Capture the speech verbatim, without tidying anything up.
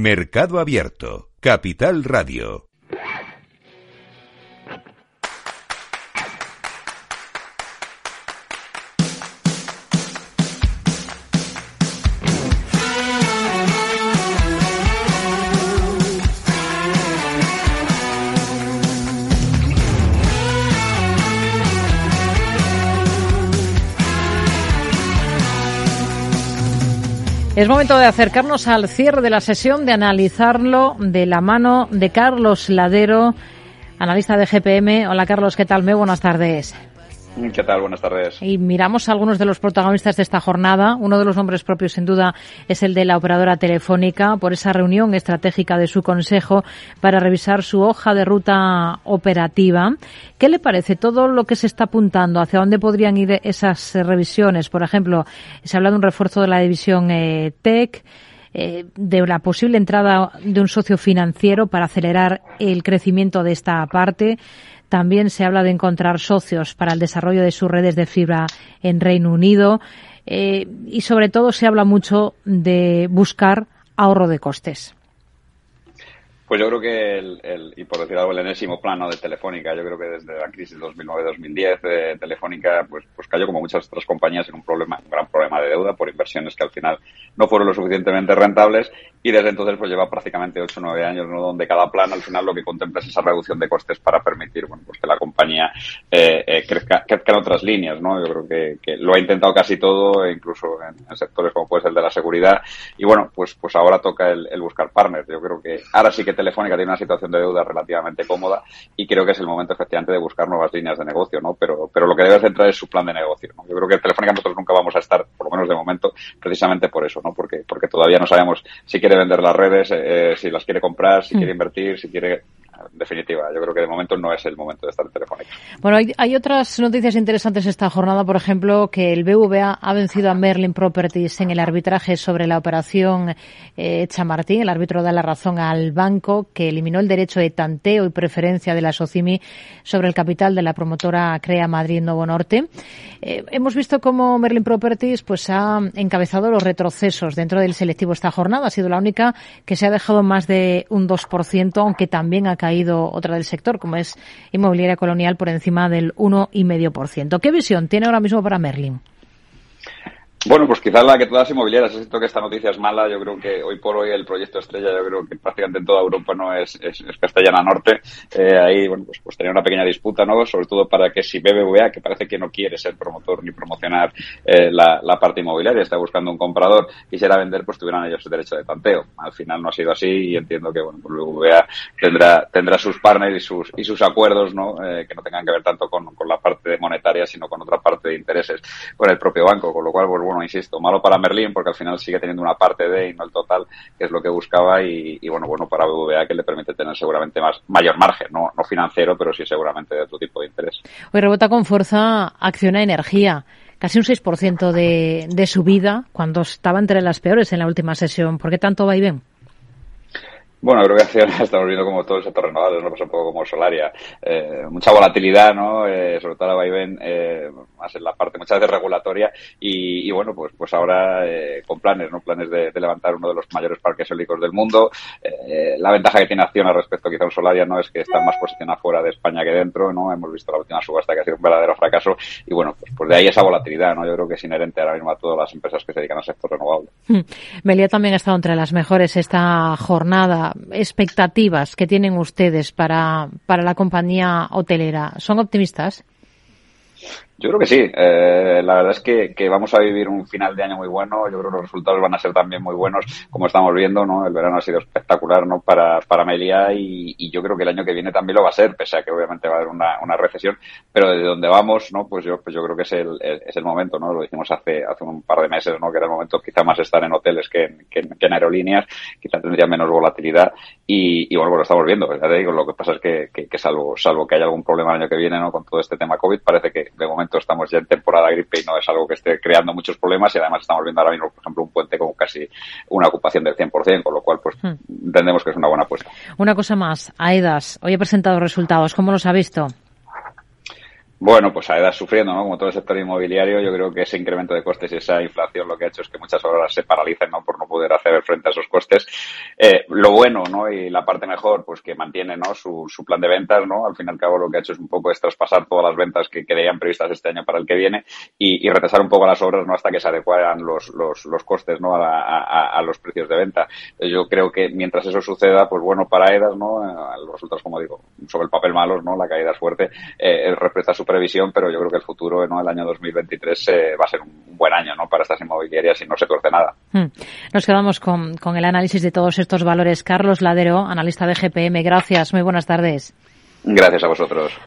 Mercado Abierto, Capital Radio. Es momento de acercarnos al cierre de la sesión, de analizarlo de la mano de Carlos Ladero, analista de G P M. Hola Carlos, ¿qué tal? Muy buenas tardes. ¿Qué tal? Buenas tardes. Y miramos a algunos de los protagonistas de esta jornada. Uno de los nombres propios, sin duda, es el de la operadora Telefónica, por esa reunión estratégica de su consejo para revisar su hoja de ruta operativa. ¿Qué le parece todo lo que se está apuntando? ¿Hacia dónde podrían ir esas revisiones? Por ejemplo, se habla de un refuerzo de la división eh, Tech, eh, de la posible entrada de un socio financiero para acelerar el crecimiento de esta parte. También se habla de encontrar socios para el desarrollo de sus redes de fibra en Reino Unido. Eh, y sobre todo se habla mucho de buscar ahorro de costes. Pues yo creo que, el, el, y por decir algo, el enésimo plano de Telefónica, yo creo que desde la crisis dos mil nueve dos mil diez, eh, Telefónica pues, pues cayó como muchas otras compañías en un problema, un gran problema de deuda por inversiones que al final no fueron lo suficientemente rentables, y desde entonces pues lleva prácticamente ocho o nueve años, ¿no?, donde cada plan al final lo que contempla es esa reducción de costes para permitir, bueno, pues que la compañía eh, eh, crezca, crezca en otras líneas, ¿no? Yo creo que, que lo ha intentado casi todo, incluso en, en sectores como puede ser el de la seguridad, y bueno, pues pues ahora toca el, el buscar partners. Yo creo que ahora sí que Telefónica tiene una situación de deuda relativamente cómoda y creo que es el momento efectivamente de buscar nuevas líneas de negocio, ¿no? Pero pero lo que debe centrar es su plan de negocio, ¿no? Yo creo que Telefónica nosotros nunca vamos a estar, por lo menos de momento, precisamente por eso, ¿no? Porque porque todavía no sabemos si quiere vender las redes, eh, si las quiere comprar, si mm. quiere invertir, si quiere... En definitiva, yo creo que de momento no es el momento de estar en Telefónica. Bueno, hay, hay otras noticias interesantes esta jornada, por ejemplo, que el B V A ha vencido a Merlin Properties en el arbitraje sobre la operación eh, Chamartín. El árbitro da la razón al banco, que eliminó el derecho de tanteo y preferencia de la SOCIMI sobre el capital de la promotora Crea Madrid Novo Norte. Eh, hemos visto cómo Merlin Properties pues ha encabezado los retrocesos dentro del selectivo esta jornada. Ha sido la única que se ha dejado más de un dos por ciento, aunque también ha caído otra del sector, como es Inmobiliaria Colonial, por encima del uno coma cinco por ciento. ¿Qué visión tiene ahora mismo para Merlin? Bueno, pues quizás la que todas las inmobiliarias, es cierto que esta noticia es mala. Yo creo que hoy por hoy el proyecto estrella, yo creo que prácticamente en toda Europa no es, es, es Castellana Norte. Eh, ahí, bueno, pues, pues tenía una pequeña disputa, ¿no? Sobre todo para que si B B V A, que parece que no quiere ser promotor ni promocionar eh, la, la parte inmobiliaria, está buscando un comprador, quisiera vender, pues tuvieran ellos el derecho de tanteo. Al final no ha sido así y entiendo que, bueno, pues B B V A tendrá, tendrá sus partners y sus, y sus acuerdos, ¿no? Eh, que no tengan que ver tanto con, con la parte monetaria, sino con otra parte de intereses con el propio banco, con lo cual, pues bueno, Bueno, insisto, malo para Merlin porque al final sigue teniendo una parte de y no el total, que es lo que buscaba, y, y bueno, bueno para B B V A, que le permite tener seguramente más mayor margen, no, no financiero, pero sí seguramente de otro tipo de interés. Hoy rebota con fuerza Acciona Energía, casi un seis por ciento de, de subida cuando estaba entre las peores en la última sesión. ¿Por qué tanto va y ven? Bueno, creo que Acciona estamos viendo como todo el sector renovable, ¿no? Pasa un poco como Solaria. Eh, mucha volatilidad, ¿no? Eh, sobre todo la vaivén, eh, más en la parte muchas veces regulatoria y, y bueno, pues pues ahora eh, con planes, ¿no? Planes de, de levantar uno de los mayores parques eólicos del mundo. Eh, la ventaja que tiene Acciona respecto quizá a un Solaria, ¿no? Es que está más posicionada fuera de España que dentro, ¿no? Hemos visto la última subasta que ha sido un verdadero fracaso y bueno, pues, pues de ahí esa volatilidad, ¿no? Yo creo que es inherente ahora mismo a todas las empresas que se dedican al sector renovable. Hmm. Meliá también ha estado entre las mejores esta jornada. Expectativas que tienen ustedes para, para la compañía hotelera, ¿son optimistas? Yo creo que sí. Eh, la verdad es que, que vamos a vivir un final de año muy bueno. Yo creo que los resultados van a ser también muy buenos, como estamos viendo, ¿no? El verano ha sido espectacular, ¿no? Para, para Meliá y, y yo creo que el año que viene también lo va a ser, pese a que obviamente va a haber una, una recesión, pero desde donde vamos, ¿no? Pues yo, pues yo creo que es el, es el momento, ¿no? Lo dijimos hace, hace un par de meses, ¿no? Que era el momento quizá más estar en hoteles que en, que, que en aerolíneas, quizá tendría menos volatilidad y, y bueno, pues lo estamos viendo. Ya te digo, lo que pasa es que, que, que salvo, salvo que haya algún problema el año que viene, ¿no? Con todo este tema COVID, parece que de momento estamos ya en temporada gripe y no es algo que esté creando muchos problemas y además estamos viendo ahora mismo, por ejemplo, un puente con casi una ocupación del cien por ciento, con lo cual pues hmm. entendemos que es una buena apuesta. Una cosa más, AEDAS, hoy ha presentado resultados, ¿cómo los ha visto? Bueno, pues AEDAS sufriendo, ¿no? Como todo el sector inmobiliario, yo creo que ese incremento de costes y esa inflación lo que ha hecho es que muchas obras se paralicen, ¿no? Por no poder hacer frente a esos costes. Eh, lo bueno, ¿no? Y la parte mejor, pues que mantiene, ¿no? Su, su plan de ventas, ¿no? Al fin y al cabo lo que ha hecho es un poco es traspasar todas las ventas que quedarían previstas este año para el que viene y, y retrasar un poco las obras, ¿no? Hasta que se adecuaran los, los, los costes, ¿no? A, a, a los precios de venta. Yo creo que mientras eso suceda, pues bueno para AEDAS, ¿no? Los resultados, como digo, sobre el papel malos, ¿no? La caída es fuerte, eh, respecto a su previsión, pero yo creo que el futuro, ¿no? El año dos mil veintitrés eh, va a ser un buen año, ¿no? Para estas inmobiliarias y no se torce nada. Hmm. Nos quedamos con, con el análisis de todos estos valores. Carlos Ladero, analista de G P M. Gracias. Muy buenas tardes. Gracias a vosotros.